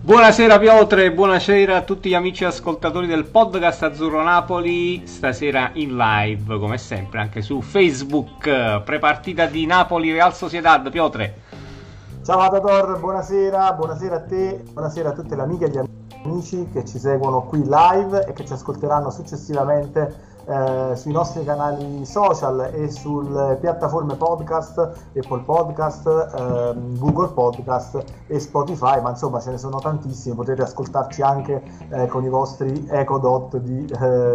Buonasera Piotre, buonasera a tutti gli amici ascoltatori del podcast Azzurro Napoli, stasera in live come sempre anche su Facebook, prepartita di Napoli Real Sociedad. Piotre. Ciao Matador, buonasera a te, buonasera a tutte le amiche e gli amici che ci seguono qui live e che ci ascolteranno successivamente sui nostri canali social e sulle piattaforme podcast, Apple Podcast, Google Podcast e Spotify, ma insomma ce ne sono tantissime, potete ascoltarci anche con i vostri Echo Dot di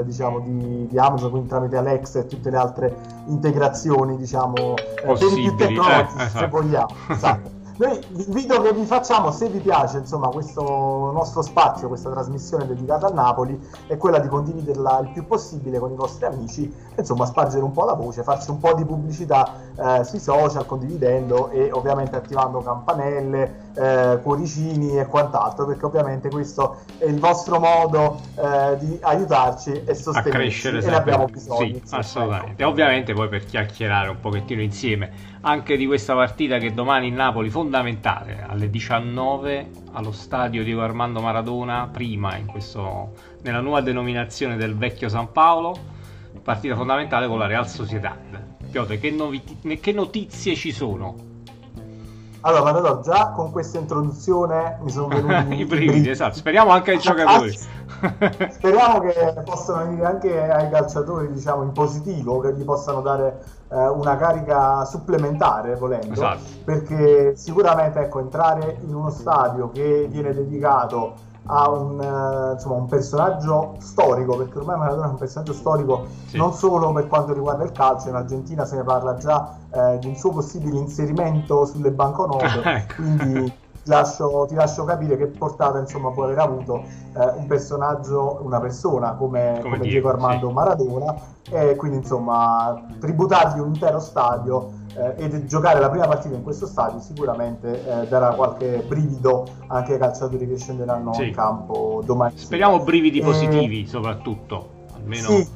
Amazon, quindi tramite Alexa e tutte le altre integrazioni per i più tecnologici, se vogliamo. Esatto. Noi l'invito che vi facciamo, se vi piace insomma questo nostro spazio, questa trasmissione dedicata al Napoli, è quella di condividerla il più possibile con i vostri amici, insomma spargere un po' la voce, farci un po' di pubblicità sui social, condividendo e ovviamente attivando campanelle, cuoricini e quant'altro, perché ovviamente questo è il vostro modo di aiutarci e sostenerci, a crescere e sempre. Ne abbiamo bisogno. Sì, assolutamente. Ecco. Ovviamente poi per chiacchierare un pochettino insieme anche di questa partita che domani in Napoli, fondamentale, alle 19 allo stadio Diego Armando Maradona, prima nella nuova denominazione del vecchio San Paolo, partita fondamentale con la Real Sociedad. Piotr, che notizie ci sono? Allora, Matador, già con questa introduzione mi sono venuti i brividi, esatto. Speriamo anche ai giocatori. Speriamo che possano venire anche ai calciatori, in positivo, che gli possano dare una carica supplementare, volendo, esatto. Perché sicuramente, entrare in uno stadio che viene dedicato a un personaggio storico, perché ormai Maradona è un personaggio storico, sì, non solo per quanto riguarda il calcio. In Argentina se ne parla già di un suo possibile inserimento sulle banconote, quindi ti lascio capire che portata può aver avuto un personaggio, una persona come Diego Armando, sì, Maradona, e quindi tributargli un intero stadio e giocare la prima partita in questo stadio sicuramente darà qualche brivido anche ai calciatori che scenderanno, sì, in campo domani. Speriamo brividi positivi, soprattutto, almeno. Sì.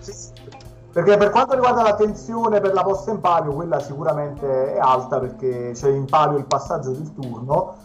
Perché per quanto riguarda la tensione per la posta in palio, quella sicuramente è alta, perché c'è in palio il passaggio del turno,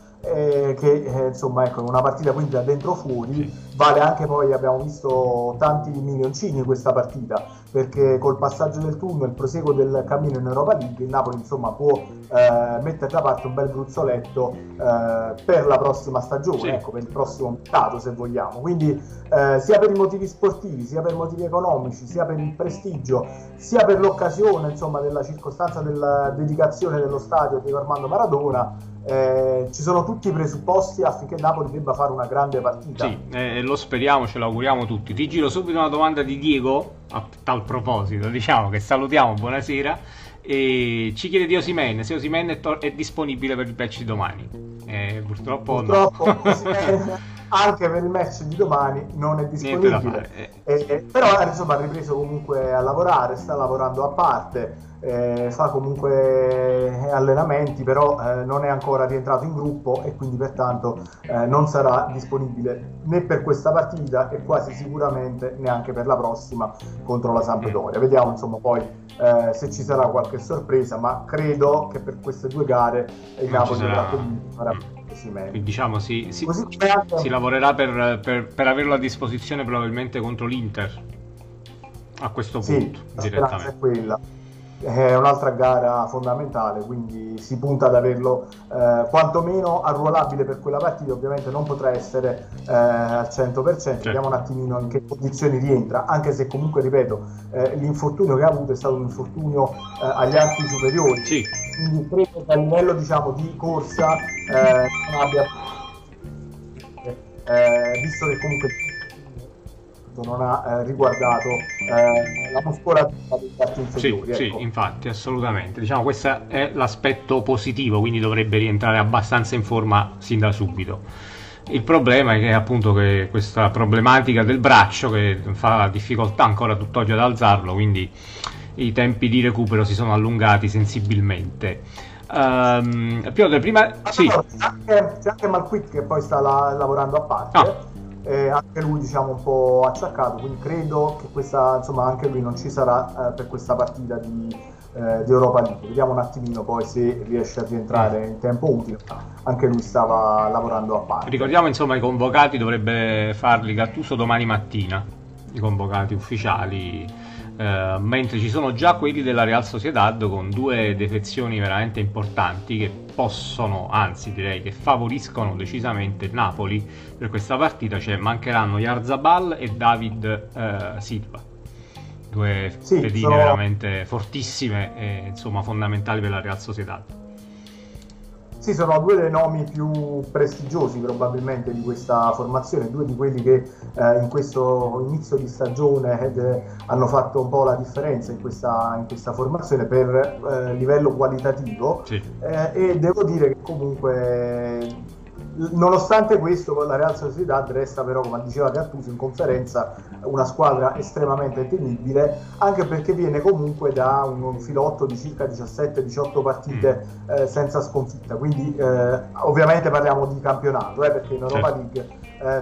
una partita quindi da dentro fuori, sì, vale anche. Poi abbiamo visto tanti milioncini in questa partita, perché col passaggio del turno e il proseguo del cammino in Europa League, il Napoli può mettere da parte un bel gruzzoletto per la prossima stagione, sì, per il prossimo mercato, se vogliamo. Quindi sia per i motivi sportivi, sia per motivi economici, sia per il prestigio, sia per l'occasione della circostanza della dedicazione dello stadio di Armando Maradona, ci sono tutti i presupposti affinché Napoli debba fare una grande partita. Sì, lo speriamo, ce l'auguriamo tutti. Ti giro subito una domanda di Diego a tal proposito, che salutiamo, buonasera, e ci chiede di Osimhen, se Osimhen è disponibile per il match di domani. Purtroppo no. Osimhen anche per il match di domani non è disponibile, però ha ripreso comunque a lavorare, sta lavorando a parte, fa comunque allenamenti, però non è ancora rientrato in gruppo e quindi pertanto non sarà disponibile né per questa partita e quasi sicuramente neanche per la prossima contro la Sampdoria. Vediamo poi se ci sarà qualche sorpresa, ma credo che per queste due gare il Napoli farà. Quindi si lavorerà per averlo a disposizione probabilmente contro l'Inter a questo punto, la direttamente. È quella. È un'altra gara fondamentale, quindi si punta ad averlo quantomeno arruolabile per quella partita. Ovviamente non potrà essere al 100%, vediamo un attimino in che condizioni rientra, anche se comunque, ripeto, l'infortunio che ha avuto è stato un infortunio agli arti superiori, sì, quindi credo che a livello di corsa non abbia, visto che comunque non ha riguardato la muscolatura degli arti inferiori. Sì, infatti, assolutamente. Questo è l'aspetto positivo, quindi dovrebbe rientrare abbastanza in forma sin da subito. Il problema è che appunto che questa problematica del braccio che fa difficoltà ancora tutt'oggi ad alzarlo, quindi i tempi di recupero si sono allungati sensibilmente. Piotr, prima c'è anche Malquit che poi sta lavorando a parte. Anche lui un po' acciaccato, quindi credo che anche lui non ci sarà per questa partita di Europa League. Vediamo un attimino poi se riesce a rientrare in tempo utile. Anche lui stava lavorando a parte. Ricordiamo insomma i convocati, dovrebbe farli Gattuso domani mattina, i convocati ufficiali, mentre ci sono già quelli della Real Sociedad con due defezioni veramente importanti che possono, anzi direi che favoriscono decisamente il Napoli per questa partita, cioè mancheranno Yarzabal e David Silva, due pedine veramente fortissime e insomma fondamentali per la Real Sociedad. Sì, sono due dei nomi più prestigiosi probabilmente di questa formazione, due di quelli che in questo inizio di stagione hanno fatto un po' la differenza in questa formazione per livello qualitativo. Sì. E devo dire che comunque, nonostante questo, la Real Sociedad resta però, come diceva Gattuso in conferenza, una squadra estremamente temibile, anche perché viene comunque da un filotto di circa 17-18 partite senza sconfitta, quindi ovviamente parliamo di campionato, perché in Europa League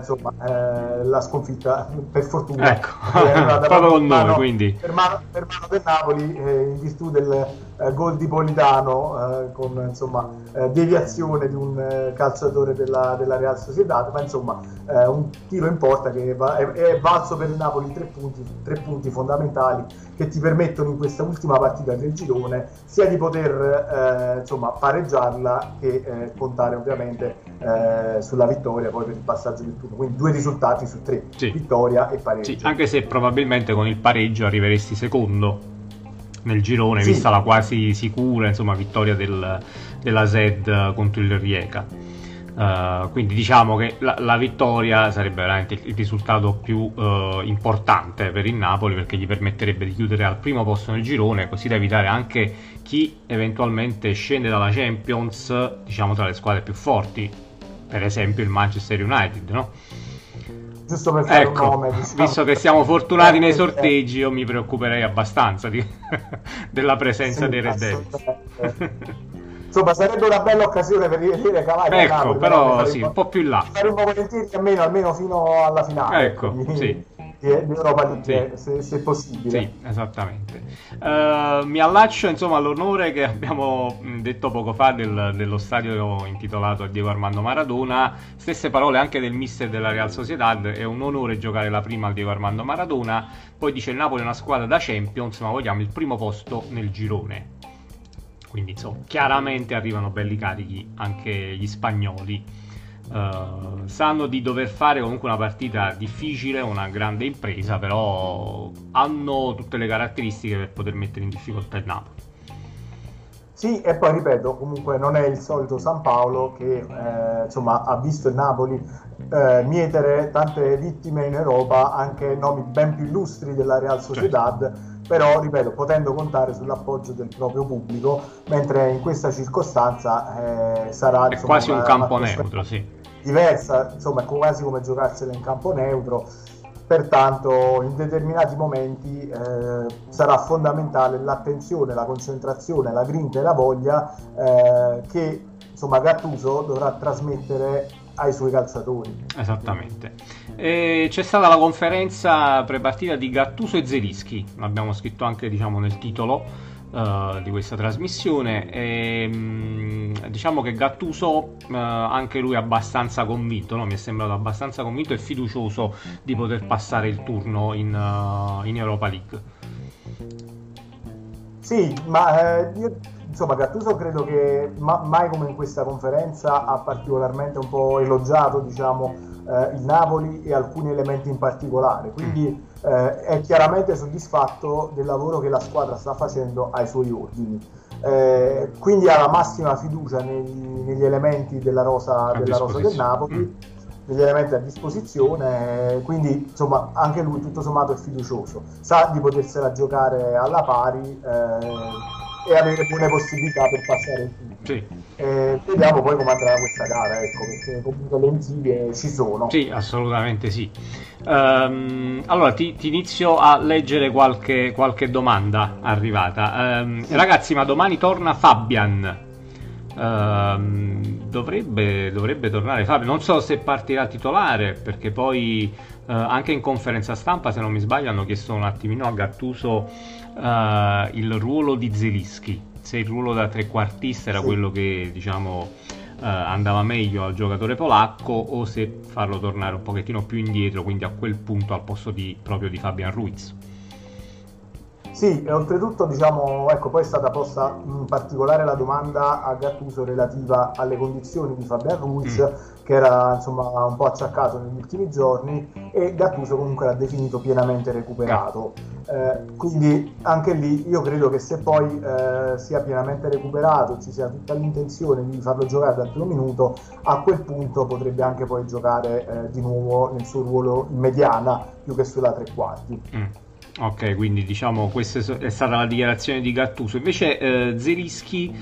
la sconfitta per fortuna è proprio con noi, quindi per mano del Napoli, in virtù del gol di Politano con insomma deviazione di un calciatore della Real Sociedad, ma insomma un tiro in porta che è valso per il Napoli 3 punti fondamentali che ti permettono in questa ultima partita del girone sia di poter insomma pareggiarla che contare ovviamente sulla vittoria poi per il passaggio del turno. Quindi 2 risultati su 3, sì, vittoria e pareggio. Sì, anche se probabilmente con il pareggio arriveresti secondo nel girone, sì, vista la quasi sicura insomma vittoria della SED contro il Rijeka. Quindi diciamo che la vittoria sarebbe veramente il risultato più importante per il Napoli, perché gli permetterebbe di chiudere al primo posto nel girone, così da evitare anche chi eventualmente scende dalla Champions, diciamo tra le squadre più forti, per esempio il Manchester United, no? Giusto per fare un nome, diciamo, visto che siamo fortunati nei sorteggi, io mi preoccuperei abbastanza della presenza dei Red Devils. Insomma, sarebbe una bella occasione per rivedere Cavani a Napoli, però sì, un po' più in là. Faremo volentieri almeno fino alla finale. Sì. Di Europa League, sì, se possibile. Sì, esattamente. Mi allaccio insomma all'onore che abbiamo detto poco fa dello stadio intitolato a Diego Armando Maradona. Stesse parole anche del mister della Real Sociedad: è un onore giocare la prima al Diego Armando Maradona. Poi dice: il Napoli è una squadra da Champions, ma vogliamo il primo posto nel girone. Quindi insomma, chiaramente arrivano belli carichi anche gli spagnoli. Sanno di dover fare comunque una partita difficile, una grande impresa, però hanno tutte le caratteristiche per poter mettere in difficoltà il Napoli. Sì, e poi ripeto, comunque non è il solito San Paolo che insomma ha visto il Napoli mietere tante vittime in Europa, anche nomi ben più illustri della Real Sociedad. Certo. Però, ripeto, potendo contare sull'appoggio del proprio pubblico, mentre in questa circostanza sarà è quasi un campo neutro, sì, diversa, insomma è quasi come giocarsela in campo neutro, pertanto in determinati momenti sarà fondamentale l'attenzione, la concentrazione, la grinta e la voglia che insomma Gattuso dovrà trasmettere ai suoi calciatori. Esattamente. C'è stata la conferenza prepartita di Gattuso e Zelinski, l'abbiamo scritto anche diciamo nel titolo di questa trasmissione, e diciamo che Gattuso anche lui è abbastanza convinto, no? Mi è sembrato abbastanza convinto e fiducioso di poter passare il turno in Europa League. Sì, ma io insomma Gattuso credo che mai come in questa conferenza ha particolarmente un po' elogiato diciamo il Napoli e alcuni elementi in particolare, quindi è chiaramente soddisfatto del lavoro che la squadra sta facendo ai suoi ordini, quindi ha la massima fiducia negli elementi della rosa del Napoli, negli elementi a disposizione, quindi insomma anche lui tutto sommato è fiducioso, sa di potersela giocare alla pari e avere buone possibilità per passare il turno. Sì. Vediamo poi come andrà questa gara, ecco, perché comunque le insidie ci sono. Sì, assolutamente sì. Allora ti inizio a leggere qualche domanda arrivata. Sì. Ragazzi, ma domani torna Fabian? Dovrebbe tornare Fabian, non so se partirà titolare, perché poi anche in conferenza stampa, se non mi sbaglio, hanno chiesto un attimino a Gattuso il ruolo di Zelinski, se il ruolo da trequartista era quello che diciamo andava meglio al giocatore polacco, o se farlo tornare un pochettino più indietro, quindi a quel punto al posto proprio di Fabian Ruiz. Sì, e oltretutto diciamo, ecco, poi è stata posta in particolare la domanda a Gattuso relativa alle condizioni di Fabian Ruiz, che era insomma un po' acciaccato negli ultimi giorni, e Gattuso comunque l'ha definito pienamente recuperato. Quindi anche lì io credo che se poi sia pienamente recuperato, ci sia tutta l'intenzione di farlo giocare dal primo minuto, a quel punto potrebbe anche poi giocare di nuovo nel suo ruolo in mediana più che sulla tre quarti. Ok, quindi diciamo questa è stata la dichiarazione di Gattuso. Invece Zelinski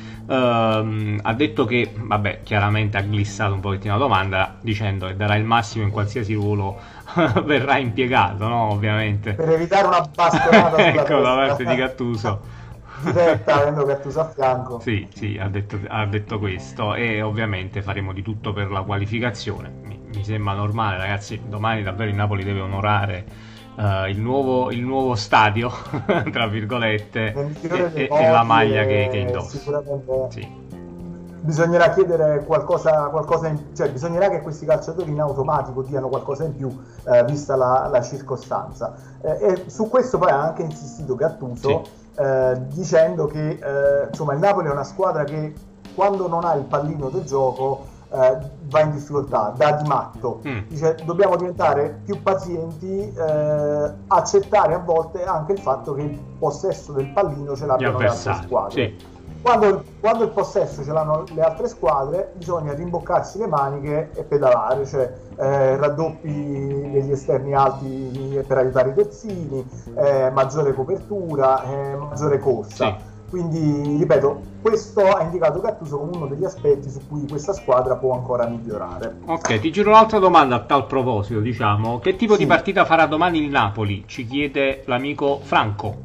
ha detto che, vabbè, chiaramente ha glissato un pochettino la domanda dicendo che darà il massimo in qualsiasi ruolo verrà impiegato, no? Ovviamente. Per evitare una bastonata sulla ecco, da parte di Gattuso. Diretta, avendo Gattuso a fianco. Sì, ha detto questo, e ovviamente faremo di tutto per la qualificazione. Mi sembra normale, ragazzi, domani davvero il Napoli deve onorare il nuovo stadio tra virgolette e la maglia che indossa. Sicuramente sì. Bisognerà chiedere qualcosa cioè bisognerà che questi calciatori in automatico diano qualcosa in più vista la circostanza, e su questo poi ha anche insistito Gattuso, dicendo che insomma il Napoli è una squadra che quando non ha il pallino del gioco va in difficoltà, dà di matto. Dice dobbiamo diventare più pazienti, accettare a volte anche il fatto che il possesso del pallino ce l'abbiano le altre squadre. Quando il possesso ce l'hanno le altre squadre bisogna rimboccarsi le maniche e pedalare, cioè raddoppi degli esterni alti per aiutare i terzini, maggiore copertura, maggiore corsa. Quindi, ripeto, questo ha indicato Gattuso come uno degli aspetti su cui questa squadra può ancora migliorare. Ok, ti giro un'altra domanda a tal proposito, diciamo. Che tipo di partita farà domani il Napoli? Ci chiede l'amico Franco.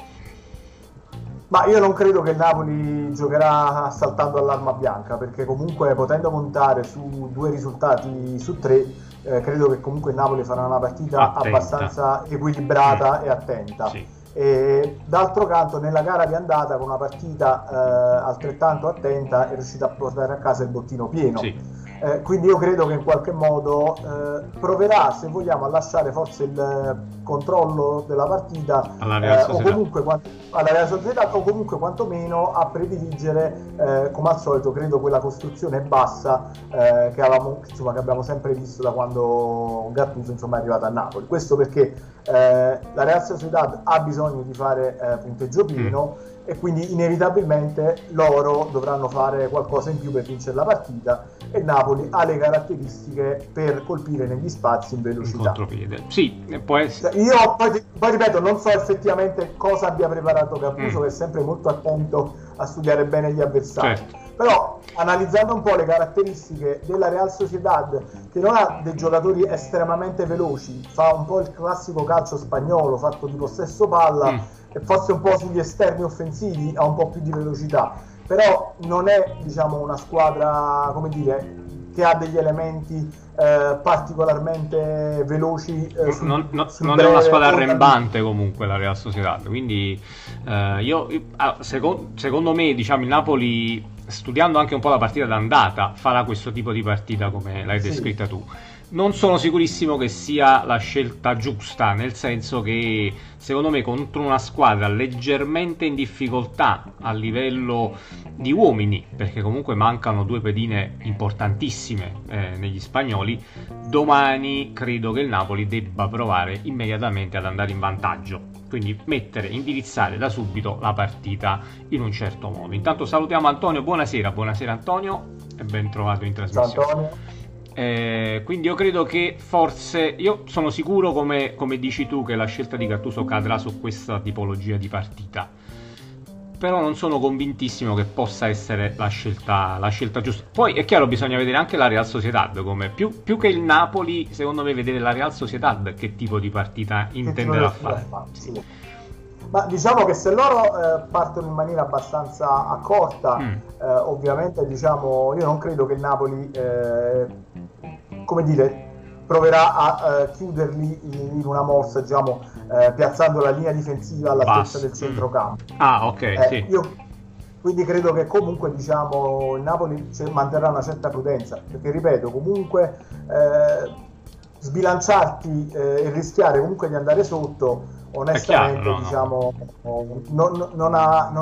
Ma io non credo che il Napoli giocherà saltando all'arma bianca, perché comunque potendo montare su 2 risultati su 3, credo che comunque il Napoli farà una partita abbastanza equilibrata e attenta. E d'altro canto nella gara di andata con una partita altrettanto attenta è riuscita a portare a casa il bottino pieno, quindi io credo che in qualche modo proverà, se vogliamo, a lasciare forse il controllo della partita o comunque alla Real Sociedad, o comunque quantomeno a prediligere come al solito, credo, quella costruzione bassa che abbiamo sempre visto da quando Gattuso insomma è arrivato a Napoli. Questo perché la Real Sociedad ha bisogno di fare punteggio pieno, e quindi inevitabilmente loro dovranno fare qualcosa in più per vincere la partita, e Napoli ha le caratteristiche per colpire negli spazi in velocità. Può essere. Io poi ripeto, non so effettivamente cosa abbia preparato Gattuso, che è sempre molto attento a studiare bene gli avversari. Però analizzando un po' le caratteristiche della Real Sociedad, che non ha dei giocatori estremamente veloci, fa un po' il classico calcio spagnolo fatto di possesso palla, e forse un po' sugli esterni offensivi ha un po' più di velocità, però non è, diciamo, una squadra, come dire, che ha degli elementi particolarmente veloci. Non è una squadra arrembante comunque la Real Sociedad, quindi secondo me, diciamo, il Napoli, studiando anche un po' la partita d'andata, farà questo tipo di partita come l'hai descritta tu. Non sono sicurissimo che sia la scelta giusta, nel senso che secondo me contro una squadra leggermente in difficoltà a livello di uomini, perché comunque mancano 2 pedine importantissime negli spagnoli, domani credo che il Napoli debba provare immediatamente ad andare in vantaggio, quindi indirizzare da subito la partita in un certo modo. Intanto salutiamo Antonio, buonasera Antonio e ben trovato in trasmissione. Ciao Antonio. Quindi io credo che forse, io sono sicuro come dici tu che la scelta di Gattuso cadrà su questa tipologia di partita, però non sono convintissimo che possa essere la scelta giusta. Poi è chiaro, bisogna vedere anche la Real Sociedad, come più che il Napoli, secondo me, vedere la Real Sociedad che tipo di partita intenderà fare. Ma diciamo che se loro partono in maniera abbastanza accorta, ovviamente, diciamo, io non credo che il Napoli come dire, proverà a chiuderli in una morsa, diciamo, piazzando la linea difensiva all'altezza del centrocampo. Ok, sì. Quindi credo che comunque, diciamo, il Napoli manterrà una certa prudenza, perché ripeto, comunque sbilanciarti e rischiare comunque di andare sotto, onestamente, chiaro, diciamo, non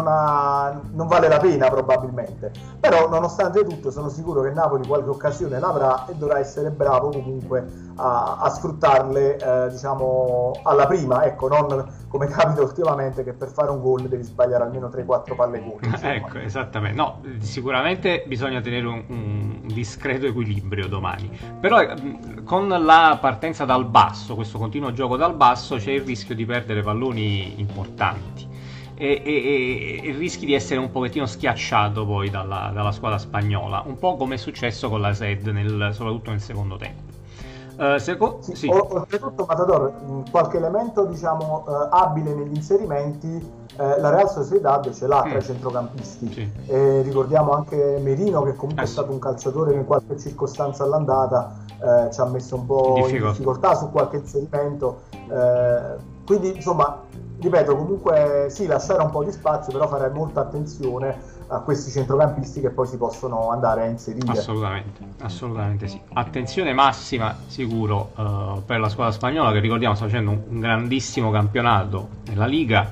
vale la pena probabilmente. Però nonostante tutto sono sicuro che Napoli qualche occasione l'avrà e dovrà essere bravo comunque a sfruttarle, diciamo, alla prima, ecco, non come capita ultimamente che per fare un gol devi sbagliare almeno 3-4 palle gol. Ecco, esattamente. No, sicuramente bisogna tenere un discreto equilibrio domani. Però con la partenza dal basso, questo continuo gioco dal basso, c'è il rischio di perdere palloni importanti e rischi di essere un pochettino schiacciato poi dalla squadra spagnola, un po' come è successo con la SED soprattutto nel secondo tempo. Sì. Oltretutto, Matador, qualche elemento, diciamo, abile negli inserimenti, la Real Sociedad ce l'ha tra i centrocampisti. Sì. Ricordiamo anche Merino, che comunque è stato un calciatore che in qualche circostanza all'andata ci ha messo un po' in difficoltà su qualche inserimento, quindi insomma, ripeto, comunque sì, lasciare un po' di spazio, però fare molta attenzione a questi centrocampisti che poi si possono andare a inserire. Assolutamente sì. Attenzione massima sicuro per la squadra spagnola, che ricordiamo sta facendo un grandissimo campionato nella Liga,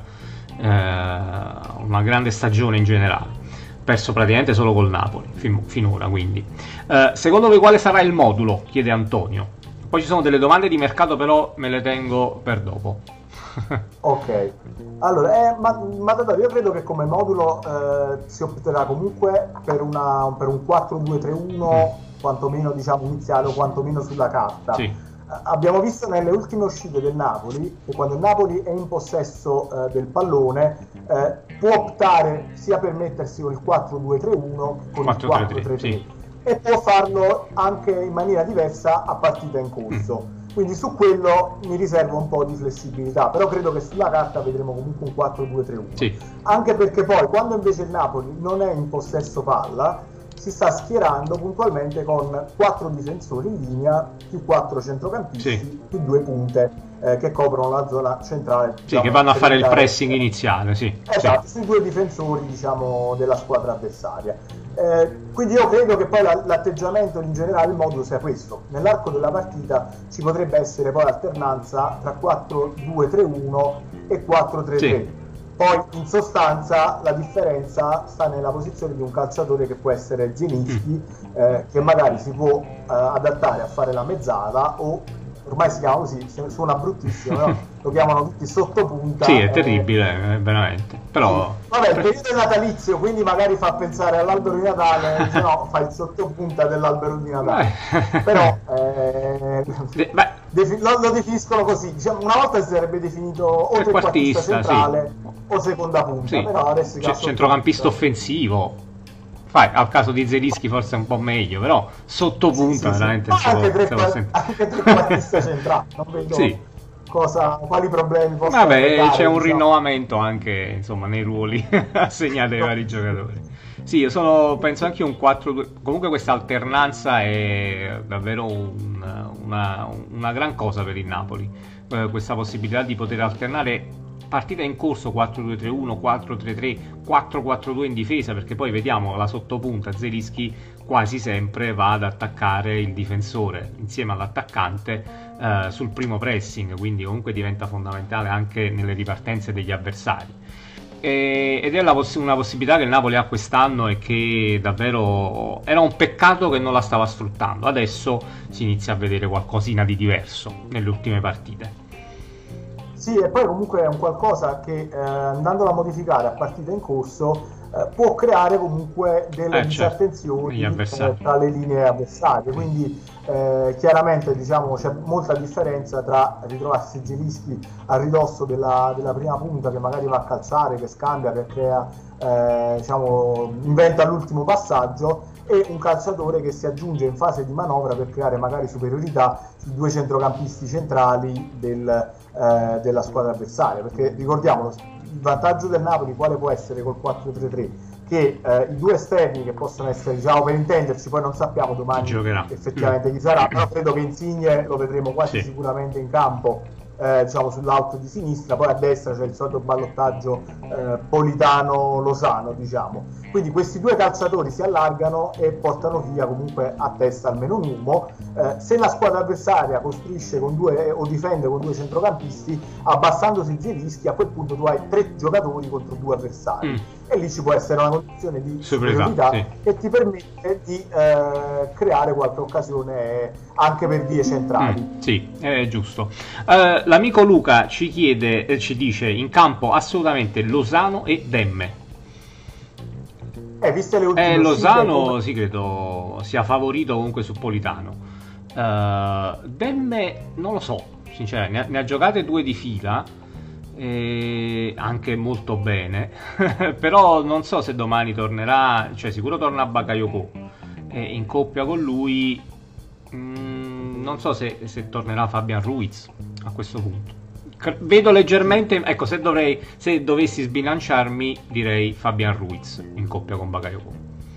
una grande stagione in generale, perso praticamente solo col Napoli finora. Quindi secondo voi quale sarà il modulo? Chiede Antonio. Poi ci sono delle domande di mercato, però me le tengo per dopo. Ok, allora Matador, io credo che come modulo si opterà comunque per un 4-2-3-1 quantomeno, diciamo, iniziale, o quantomeno sulla carta. Sì. Abbiamo visto nelle ultime uscite del Napoli che quando il Napoli è in possesso del pallone può optare sia per mettersi con il 4-2-3-1 con il 4-3-3, sì, e può farlo anche in maniera diversa a partita in corso. Quindi su quello mi riservo un po' di flessibilità, però credo che sulla carta vedremo comunque un 4-2-3-1. Sì. Anche perché poi quando invece il Napoli non è in possesso palla si sta schierando puntualmente con 4 difensori in linea più 4 centrocampisti, sì, più 2 punte che coprono la zona centrale, diciamo, sì, che vanno a fare il pressing iniziale, sì. Esatto, sì, sui 2 difensori, diciamo, della squadra avversaria. Quindi io credo che poi l'atteggiamento in generale, il modulo sia questo. Nell'arco della partita ci potrebbe essere poi alternanza tra 4-2-3-1 e 4-3-3. Sì. Poi in sostanza la differenza sta nella posizione di un calciatore che può essere Zielinski, che magari si può adattare a fare la mezzala, o ormai si chiama così, suona bruttissimo, no? Lo chiamano tutti sottopunta. Sì, è terribile, veramente. Però vabbè, il periodo è natalizio, quindi magari fa pensare all'albero di Natale, se no fa il sottopunta dell'albero di Natale. Però lo definiscono così, diciamo, una volta si sarebbe definito o trequartista centrale, sì, o seconda punta, sì, però adesso centrocampista offensivo. Al caso di Zielinski forse è un po' meglio, però sottopunta, sì, veramente anche trequartista centrale, non vedo, sì, quali problemi possono avere. C'è un rinnovamento anche, insomma, nei ruoli assegnati ai vari giocatori. Sì, io penso anche un 4-2. Comunque questa alternanza è davvero una gran cosa per il Napoli, questa possibilità di poter alternare partita in corso 4-2-3-1, 4-3-3, 4-4-2 in difesa, perché poi vediamo la sottopunta Zielinski quasi sempre va ad attaccare il difensore insieme all'attaccante sul primo pressing, quindi comunque diventa fondamentale anche nelle ripartenze degli avversari. Ed è una possibilità che il Napoli ha quest'anno e che davvero era un peccato che non la stava sfruttando. Adesso si inizia a vedere qualcosina di diverso nelle ultime partite. Sì, e poi comunque è un qualcosa che andandolo a modificare a partita in corso può creare comunque delle disattenzioni tra le linee avversarie, quindi chiaramente, diciamo, c'è molta differenza tra ritrovarsi Zielinski a ridosso della prima punta che magari va a calciare, che scambia, che crea, diciamo, inventa l'ultimo passaggio, e un calciatore che si aggiunge in fase di manovra per creare magari superiorità sui 2 centrocampisti centrali della squadra avversaria, perché ricordiamolo, il vantaggio del Napoli quale può essere col 4-3-3? che i due esterni che possono essere, diciamo, per intenderci, poi non sappiamo domani effettivamente chi sarà, però credo che Insigne lo vedremo quasi sicuramente in campo, diciamo sull'out di sinistra, poi a destra c'è il solito ballottaggio Politano-Lozano, diciamo. Quindi questi due calciatori si allargano e portano via comunque a testa almeno un uomo. Se la squadra avversaria costruisce con due o difende con due centrocampisti, abbassandosi i rischi, a quel punto tu hai 3 giocatori contro 2 avversari. E lì ci può essere una condizione di superiorità che ti permette di creare qualche occasione anche per vie centrali. Sì, è giusto. L'amico Luca ci chiede, ci dice in campo assolutamente Lozano e Demme. Viste le ultime Lozano sì, credo sia favorito comunque su Politano. Demme non lo so, sinceramente, ne ha giocate 2 di fila, anche molto bene, però non so se domani tornerà, cioè sicuro torna Bakayoko in coppia con lui, non so se tornerà Fabian Ruiz a questo punto. Vedo leggermente, ecco, se dovessi sbilanciarmi direi Fabian Ruiz in coppia con Bakayoko.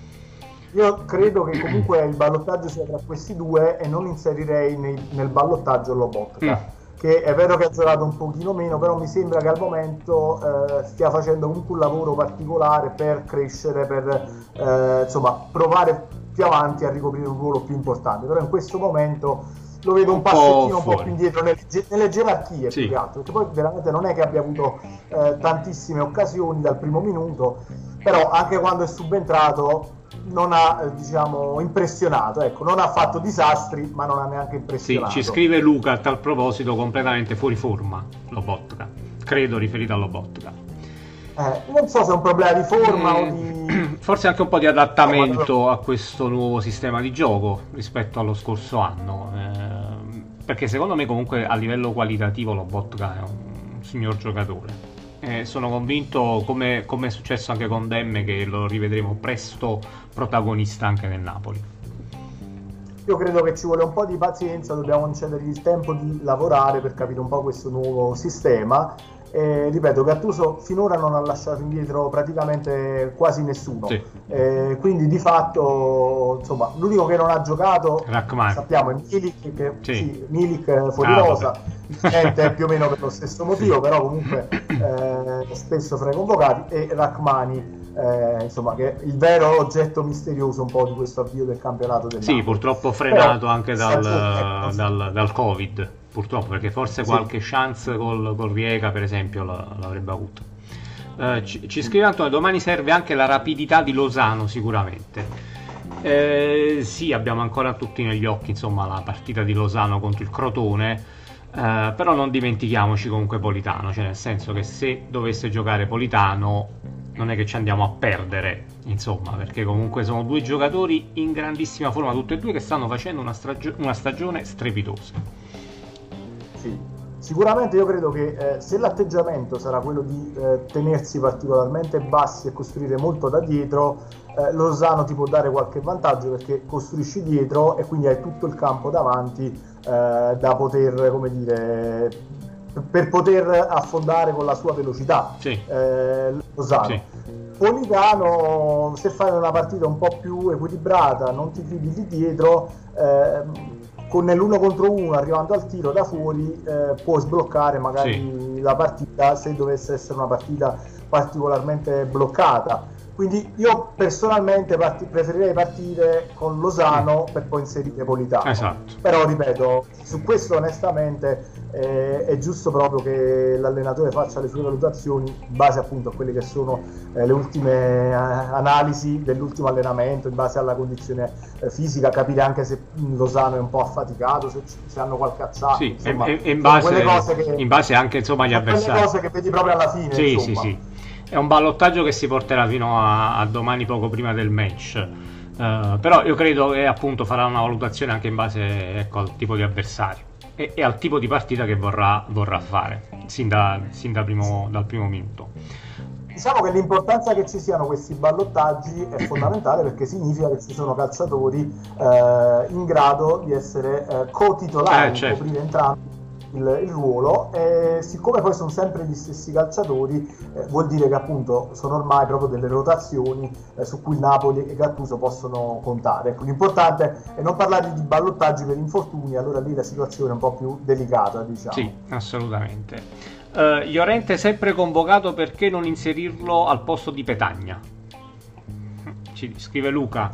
Io credo che comunque il ballottaggio sia tra questi due e non inserirei nel ballottaggio Lobotka, che è vero che ha giocato un pochino meno, però mi sembra che al momento stia facendo comunque un lavoro particolare per crescere, per insomma provare più avanti a ricoprire un ruolo più importante, però in questo momento lo vedo un passettino un po' più indietro nelle gerarchie, più che altro, perché poi veramente non è che abbia avuto tantissime occasioni dal primo minuto, però anche quando è subentrato non ha, diciamo, impressionato, ecco, non ha fatto disastri, ma non ha neanche impressionato. Sì, ci scrive Luca a tal proposito, completamente fuori forma Lobotka, credo riferito a Lobotka. Non so se è un problema di forma o di... Forse anche un po' di adattamento a questo nuovo sistema di gioco rispetto allo scorso anno, perché secondo me comunque a livello qualitativo Lobotka è un signor giocatore. Sono convinto, come è successo anche con Demme, che lo rivedremo presto protagonista anche nel Napoli. Io credo che ci vuole un po' di pazienza, dobbiamo concedergli il tempo di lavorare per capire un po' questo nuovo sistema. Ripeto, Gattuso finora non ha lasciato indietro praticamente quasi nessuno, quindi di fatto, insomma, l'unico che non ha giocato Rachmani, sappiamo, è Milik, Milik fuori rosa, più o meno per lo stesso motivo, però comunque spesso fra i convocati, e Rachmani, insomma, che è il vero oggetto misterioso un po' di questo avvio del campionato del Napoli. Purtroppo frenato anche dal Covid, purtroppo, perché forse qualche chance col Rijeka per esempio l'avrebbe avuto. Ci scrive Antonio: domani serve anche la rapidità di Lozano sicuramente. Sì, abbiamo ancora tutti negli occhi, insomma, la partita di Lozano contro il Crotone, però non dimentichiamoci comunque Politano, cioè nel senso che se dovesse giocare Politano non è che ci andiamo a perdere, insomma, perché comunque sono 2 giocatori in grandissima forma, tutti e 2, che stanno facendo una stagione strepitosa. Sì, sicuramente io credo che se l'atteggiamento sarà quello di tenersi particolarmente bassi e costruire molto da dietro, Lozano ti può dare qualche vantaggio, perché costruisci dietro e quindi hai tutto il campo davanti da poter, come dire, per poter affondare con la sua velocità. Lozano. Politano, se fai una partita un po' più equilibrata, non ti chiudi lì dietro, con l'1 contro 1 arrivando al tiro da fuori, può sbloccare magari la partita, se dovesse essere una partita particolarmente bloccata. Quindi io personalmente preferirei partire con Lozano per poi inserire Politano. Esatto. Però ripeto, su questo onestamente è giusto proprio che l'allenatore faccia le sue valutazioni in base appunto a quelle che sono le ultime analisi dell'ultimo allenamento, in base alla condizione fisica, capire anche se Lozano è un po' affaticato, se hanno qualche acciacco. Sì, insomma, e in base anche, insomma, agli avversari. Quelle cose che vedi proprio alla fine. Sì. È un ballottaggio che si porterà fino a domani, poco prima del match. Però io credo che appunto farà una valutazione anche in base, ecco, al tipo di avversario e al tipo di partita che vorrà fare dal primo minuto. Diciamo che l'importanza che ci siano questi ballottaggi è fondamentale, perché significa che ci sono calciatori in grado di essere co-titolari, coprire entrambi il ruolo, siccome poi sono sempre gli stessi calciatori, vuol dire che appunto sono ormai proprio delle rotazioni su cui il Napoli e Gattuso possono contare. Ecco, l'importante è non parlare di ballottaggi per infortuni, allora lì la situazione è un po' più delicata, diciamo. Sì, assolutamente. Llorente sempre convocato, perché non inserirlo al posto di Petagna? Ci scrive Luca.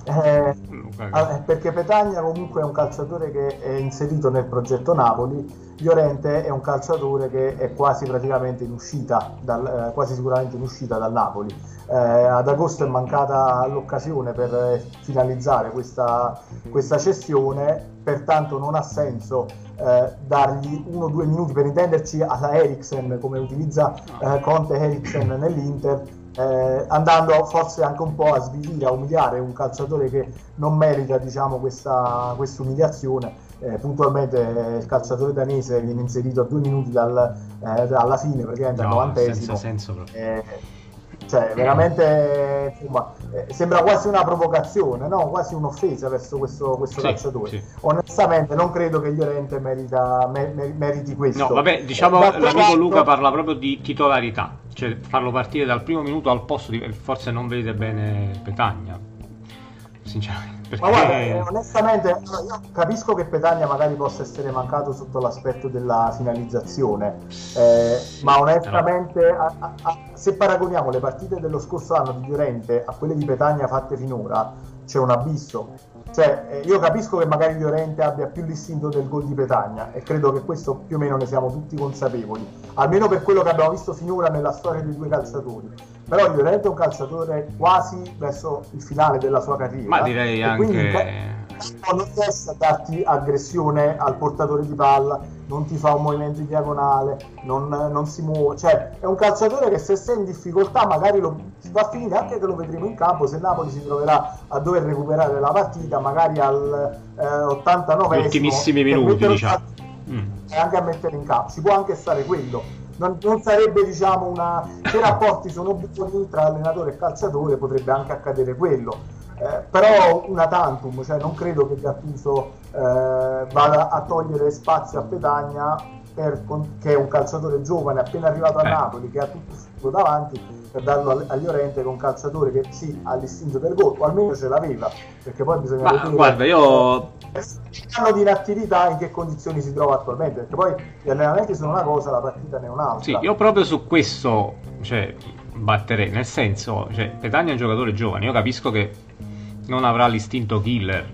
Perché Petagna comunque è un calciatore che è inserito nel progetto Napoli. Llorente è un calciatore che è quasi praticamente in uscita, quasi sicuramente in uscita dal Napoli. Ad agosto è mancata l'occasione per finalizzare questa cessione, pertanto non ha senso dargli 1 o 2 minuti, per intenderci, alla Eriksen, come utilizza Conte Eriksen nell'Inter, andando forse anche un po' a svilire, a umiliare un calciatore che non merita, diciamo, questa umiliazione. Puntualmente il calciatore danese viene inserito a 2 minuti dalla fine, praticamente al 90esimo. Senza senso proprio. Cioè veramente, insomma, sembra quasi una provocazione, no? Quasi un'offesa verso questo calciatore. Sì. Onestamente non credo che Llorente meriti questo. No, vabbè, diciamo, l'amico Luca parla proprio di titolarità, cioè farlo partire dal primo minuto al posto di... Forse non vedete bene Petagna, sinceramente. Perché... Ma guarda, onestamente io capisco che Petagna magari possa essere mancato sotto l'aspetto della finalizzazione, ma onestamente se paragoniamo le partite dello scorso anno di Llorente a quelle di Petagna fatte finora, c'è un abisso. Cioè, io capisco che magari Llorente abbia più l'istinto del gol di Petagna, e credo che questo più o meno ne siamo tutti consapevoli, almeno per quello che abbiamo visto finora nella storia dei due calciatori. Però Llorente è un calciatore quasi verso il finale della sua carriera, ma direi anche non riesce a darti aggressione al portatore di palla, non ti fa un movimento in diagonale, non si muove. Cioè è un calciatore che, se sei in difficoltà, magari si va a finire anche che lo vedremo in campo, se Napoli si troverà a dover recuperare la partita magari al 89esimo, ultimissimi minuti, diciamo, e anche a mettere in campo. Ci può anche stare quello. Non sarebbe, diciamo, se i rapporti sono buoni tra allenatore e calciatore, potrebbe anche accadere quello. Però una tantum, cioè non credo che Gattuso vada a togliere spazio a Petagna, che è un calciatore giovane appena arrivato a Napoli, che ha tutto il futuro davanti, per darlo a Llorente, che è un calciatore che sì, ha l'istinto del gol, o almeno ce l'aveva, perché poi bisogna vedere, guarda, io anno di inattività, in che condizioni si trova attualmente, perché poi gli allenamenti sono una cosa, la partita ne è un'altra. Sì, io proprio su questo, cioè, batterei, nel senso, cioè, Petagna è un giocatore giovane, io capisco che non avrà l'istinto killer,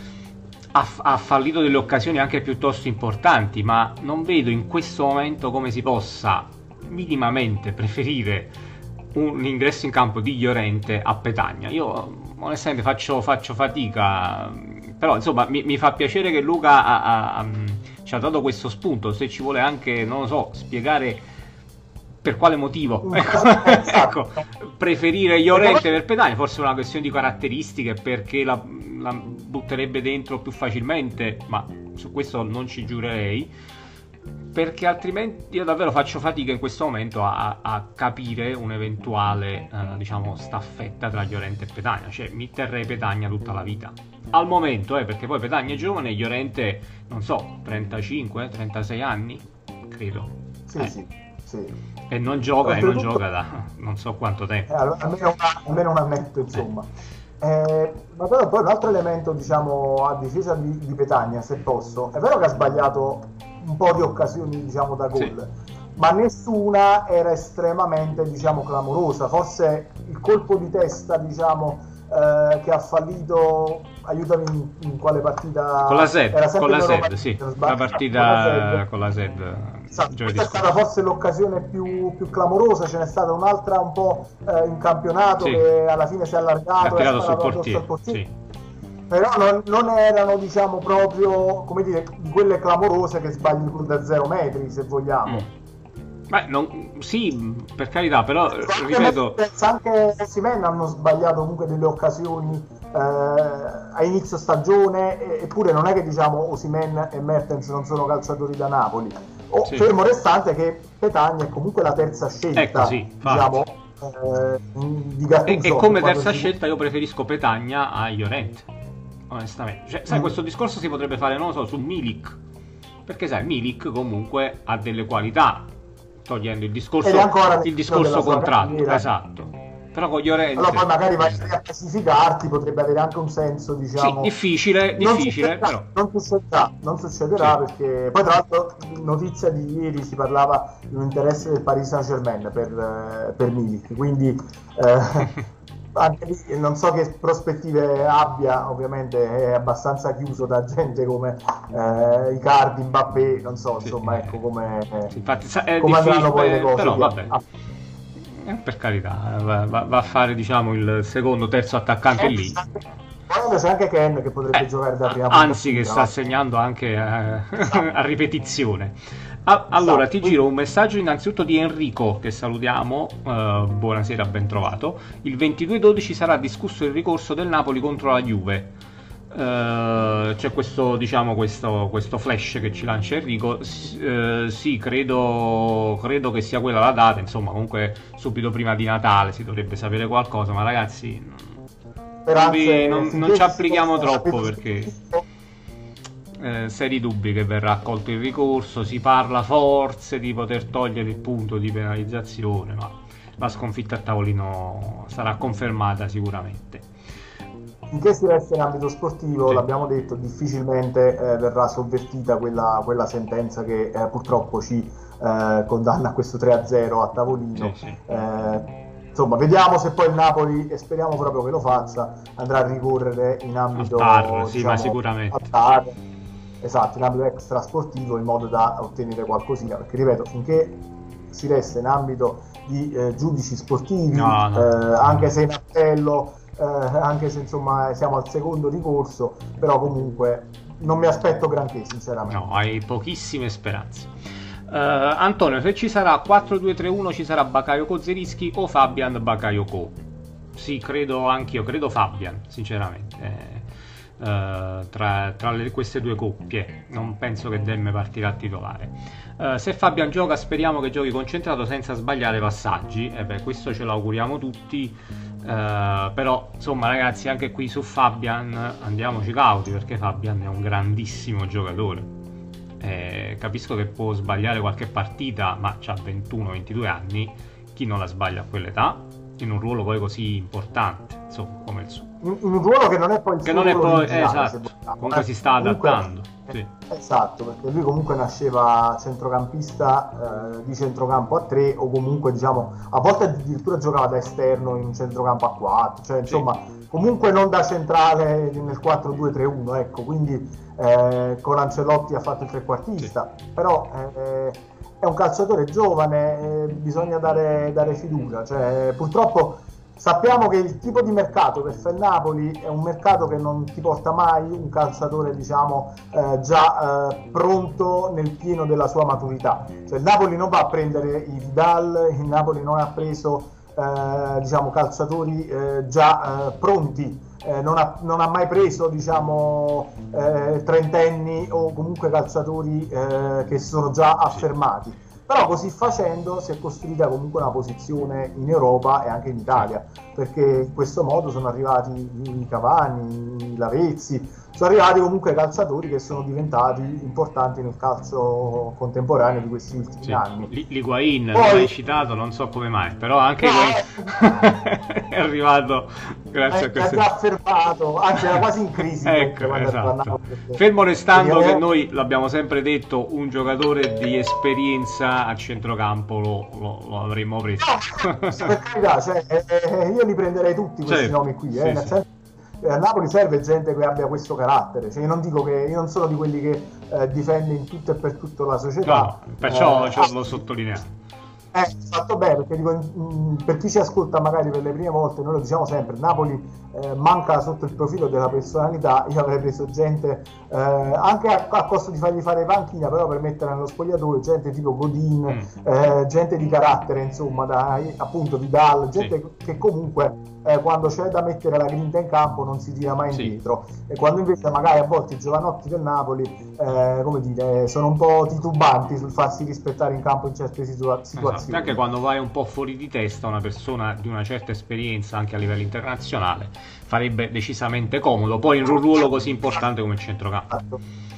ha fallito delle occasioni anche piuttosto importanti, ma non vedo in questo momento come si possa minimamente preferire un ingresso in campo di Llorente a Petagna. Io onestamente faccio fatica, però insomma mi fa piacere che Luca ci ha dato questo spunto, se ci vuole anche, non lo so, spiegare per quale motivo ecco, preferire Llorente per Petagna. Forse è una questione di caratteristiche, perché la butterebbe dentro più facilmente, ma su questo non ci giurerei, perché altrimenti io davvero faccio fatica in questo momento a capire un'eventuale diciamo staffetta tra Llorente e Petagna. Cioè mi terrei Petagna tutta la vita al momento, perché poi Petagna è giovane e Llorente, non so, 35-36 anni credo. Sì. E non gioca da non so quanto tempo, almeno un annetto, insomma. Ma però poi un altro elemento, diciamo, a difesa di Petagna, se posso, è vero che ha sbagliato un po' di occasioni, diciamo, da gol, ma nessuna era estremamente, diciamo, clamorosa. Forse il colpo di testa, diciamo, che ha fallito, aiutami, in quale partita? Con la Zed, sì, la partita con la Zed. Esatto, questa è stata forse l'occasione più clamorosa. Ce n'è stata un'altra un po' in campionato, che alla fine si è allargato, ha tirato sul portiere. Sì. Però non erano, diciamo, proprio, come dire, di quelle clamorose che sbagli pure da 0 metri, se vogliamo. Beh, sì, per carità, però ripeto, anche Osimhen hanno sbagliato comunque delle occasioni a inizio stagione, eppure non è che, diciamo, Osimhen e Mertens non sono calciatori da Napoli. Fermo restante che Petagna è comunque la terza scelta, diciamo, di Gattuso, e come terza scelta io preferisco Petagna a Llorente, onestamente. Cioè, sai, questo discorso si potrebbe fare, non lo so, su Milik, perché sai, Milik comunque ha delle qualità, togliendo il ed è discorso, ancora il nel discorso contratto, carriera. esatto. Però con Llorente... Allora poi magari vai a classificarti, potrebbe avere anche un senso, diciamo... Sì, difficile, però... Non succederà Sì. perché... Poi tra l'altro, notizia di ieri, si parlava di un interesse del Paris Saint-Germain per Milik, quindi anche lì non so che prospettive abbia, ovviamente è abbastanza chiuso da gente come Icardi, Mbappé, non so, insomma, ecco come, infatti, è come andranno poi le cose. però vabbè. Per carità, va a fare, diciamo, il secondo, terzo attaccante lì. Poi c'è anche Ken che potrebbe giocare da prima anzi che sta segnando anche a ripetizione. Allora ti giro un messaggio innanzitutto di Enrico, che salutiamo, buonasera, ben trovato. Il 22-12 sarà discusso il ricorso del Napoli contro la Juve. C'è questo, diciamo, questo flash che ci lancia Enrico. Sì, credo che sia quella la data, insomma, comunque subito prima di Natale si dovrebbe sapere qualcosa, ma ragazzi non ci applichiamo troppo, perché seri dubbi che verrà accolto il ricorso. Si parla forse di poter togliere il punto di penalizzazione, ma la sconfitta a tavolino sarà confermata sicuramente. Finché si resta in ambito sportivo, sì, l'abbiamo detto, difficilmente verrà sovvertita quella sentenza che purtroppo ci condanna a questo 3-0 a tavolino. Sì, sì. Insomma, vediamo se poi il Napoli, e speriamo proprio che lo faccia, andrà a ricorrere in ambito sì, ma sicuramente esatto, in ambito extrasportivo, in modo da ottenere qualcosina, perché ripeto, finché si resta in ambito di giudici sportivi, anche se in appello, anche se insomma siamo al secondo ricorso, però comunque non mi aspetto granché, sinceramente. No, hai pochissime speranze. Antonio, se ci sarà 4-2-3-1 ci sarà Bakayoko Zelinski o Fabian Bakayoko? Sì, credo anch'io, credo Fabian, sinceramente. Tra queste due coppie non penso che Demme partirà a titolare. Se Fabian gioca, speriamo che giochi concentrato senza sbagliare passaggi. Questo ce lo auguriamo tutti. Però insomma, ragazzi, anche qui su Fabian andiamoci cauti, perché Fabian è un grandissimo giocatore. Capisco che può sbagliare qualche partita, ma ha 21-22 anni. Chi non la sbaglia a quell'età, in un ruolo poi così importante, insomma, come il suo, in un ruolo che non è poi il suo ruolo esatto, comunque si sta adattando. Sì. Esatto, perché lui comunque nasceva centrocampista di centrocampo a 3, o comunque, diciamo, a volte addirittura giocava da esterno in un centrocampo a 4, cioè insomma, sì, comunque non da centrale nel 4-2-3-1, ecco, quindi con Ancelotti ha fatto il trequartista, sì, però è un calciatore giovane, bisogna dare fiducia, cioè, purtroppo sappiamo che il tipo di mercato che fa il Napoli è un mercato che non ti porta mai un calciatore, diciamo, già pronto nel pieno della sua maturità. Cioè, il Napoli non va a prendere i Vidal, il Napoli non ha preso diciamo, calciatori già pronti, non ha mai preso, diciamo, trentenni o comunque calciatori che sono già affermati. Però così facendo si è costruita comunque una posizione in Europa e anche in Italia, perché in questo modo sono arrivati i Cavani, i Lavezzi, sono arrivati comunque calciatori che sono diventati importanti nel calcio contemporaneo di questi ultimi anni. L'Higuain non l'hai citato, non so come mai, però anche Higuain è arrivato grazie a questo. È già affermato, anzi era quasi in crisi. Ecco, esatto. Fermo restando che noi l'abbiamo sempre detto, un giocatore di esperienza a centrocampo lo avremmo preso. Per carità, cioè, io li prenderei tutti questi nomi qui, sì, sì. A Napoli serve gente che abbia questo carattere, cioè, io non dico che io non sono di quelli che difende in tutto e per tutto la società, no, perciò lo sottolineiamo. Fatto bene, perché dico, per chi ci ascolta magari per le prime volte, noi lo diciamo sempre, Napoli manca sotto il profilo della personalità. Io avrei preso gente anche a costo di fargli fare panchina, però per mettere nello spogliatoio gente tipo Godin, gente di carattere, insomma, appunto Vidal, gente che comunque quando c'è da mettere la grinta in campo non si tira mai indietro, e quando invece magari a volte i giovanotti del Napoli come dire, sono un po' titubanti sul farsi rispettare in campo in certe situazioni. Esatto. Anche quando vai un po' fuori di testa, una persona di una certa esperienza anche a livello internazionale farebbe decisamente comodo poi in un ruolo così importante come il centrocampo. Esatto.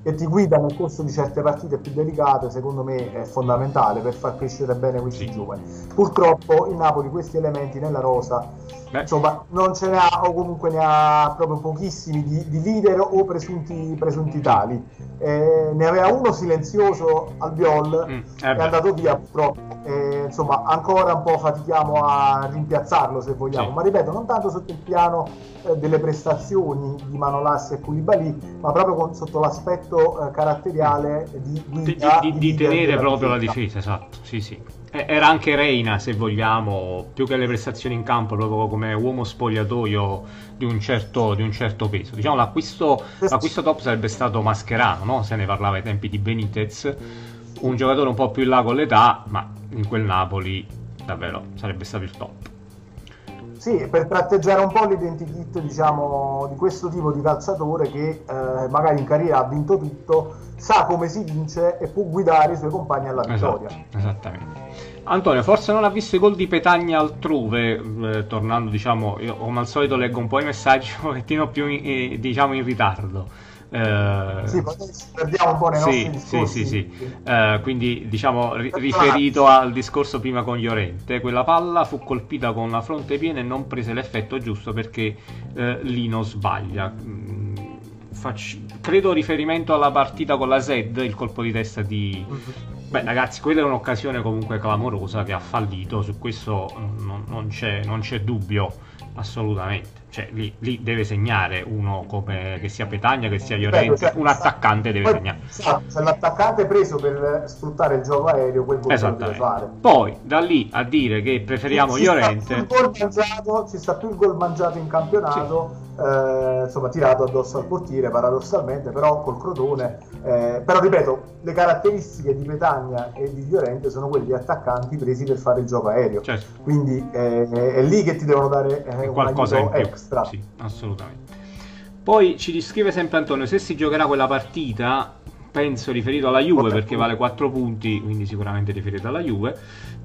che ti guida nel corso di certe partite più delicate, secondo me è fondamentale per far crescere bene questi giovani. Purtroppo il Napoli questi elementi nella rosa, insomma, non ce ne ha, o comunque ne ha proprio pochissimi di leader o presunti tali. Ne aveva uno silenzioso, Albiol, è andato via purtroppo. Insomma, ancora un po' fatichiamo a rimpiazzarlo, se vogliamo, ma ripeto, non tanto sotto il piano delle prestazioni di Manolas e Koulibaly, ma proprio sotto l'aspetto caratteriale di guida, di tenere proprio la difesa, esatto, sì. Era anche Reina, se vogliamo, più che le prestazioni in campo, proprio come uomo spogliatoio di un certo peso. Diciamo l'acquisto top sarebbe stato Mascherano, no? Se ne parlava ai tempi di Benitez, un giocatore un po' più in là con l'età, ma in quel Napoli davvero sarebbe stato il top. Sì, per tratteggiare un po' l'identikit, diciamo, di questo tipo di calciatore che magari in carriera ha vinto tutto, sa come si vince e può guidare i suoi compagni alla vittoria. Esatto, esattamente. Antonio, forse non ha visto i gol di Petagna altrove, tornando, diciamo, io come al solito leggo un po' i messaggi un pochettino più diciamo in ritardo. Sì, perdiamo un po' nei nostri discorsi. Sì. Quindi diciamo riferito al discorso prima con Llorente, quella palla fu colpita con la fronte piena e non prese l'effetto giusto perché Lino sbaglia. Credo riferimento alla partita con la Zed, il colpo di testa di... Beh ragazzi, quella è un'occasione comunque clamorosa che ha fallito, su questo non c'è dubbio assolutamente. Cioè lì deve segnare uno come che sia Petagna, che sia Llorente, un attaccante deve segnare. Se l'attaccante è preso per sfruttare il gioco aereo, quel gol lo deve fare. Poi da lì a dire che preferiamo Llorente, ci sta più il gol mangiato in campionato, insomma tirato addosso al portiere paradossalmente, però col Crotone, però ripeto, le caratteristiche di Petagna e di Llorente sono quelle di attaccanti presi per fare il gioco aereo, certo. Quindi è lì che ti devono dare qualcosa in più extra. Sì, assolutamente. Poi ci descrive sempre Antonio, se si giocherà quella partita, penso riferito alla Juve, perché vale 4 punti, quindi sicuramente riferito alla Juve.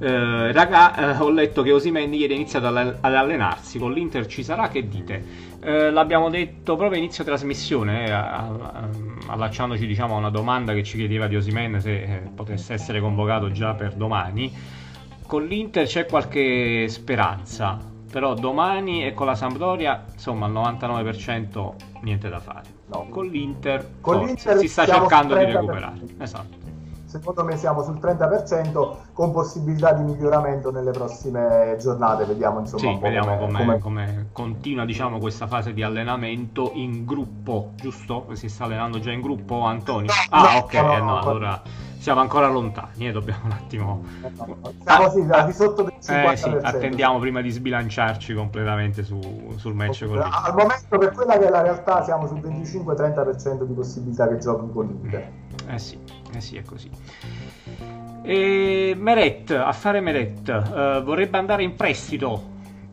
Ho letto che Osimhen ieri ha iniziato ad allenarsi, con l'Inter ci sarà, che dite? L'abbiamo detto proprio inizio trasmissione, allacciandoci diciamo a una domanda che ci chiedeva di Osimhen se potesse essere convocato già per domani. Con l'Inter c'è qualche speranza, però domani e con la Sampdoria, insomma, al 99% niente da fare. No. Con l'Inter si sta cercando di recuperare. Esatto. Secondo me siamo sul 30% con possibilità di miglioramento nelle prossime giornate. Vediamo insomma. Sì, vediamo come continua, diciamo, questa fase di allenamento in gruppo, giusto? Si sta allenando già in gruppo, Antonio? No, allora siamo ancora lontani, dobbiamo un attimo... Siamo di sotto del 50%. Sì, attendiamo prima di sbilanciarci completamente sul match con l'Inter. Al momento, per quella che è la realtà, siamo sul 25-30% di possibilità che giochi con l'Inter. Sì, è così. E affare Meret, vorrebbe andare in prestito,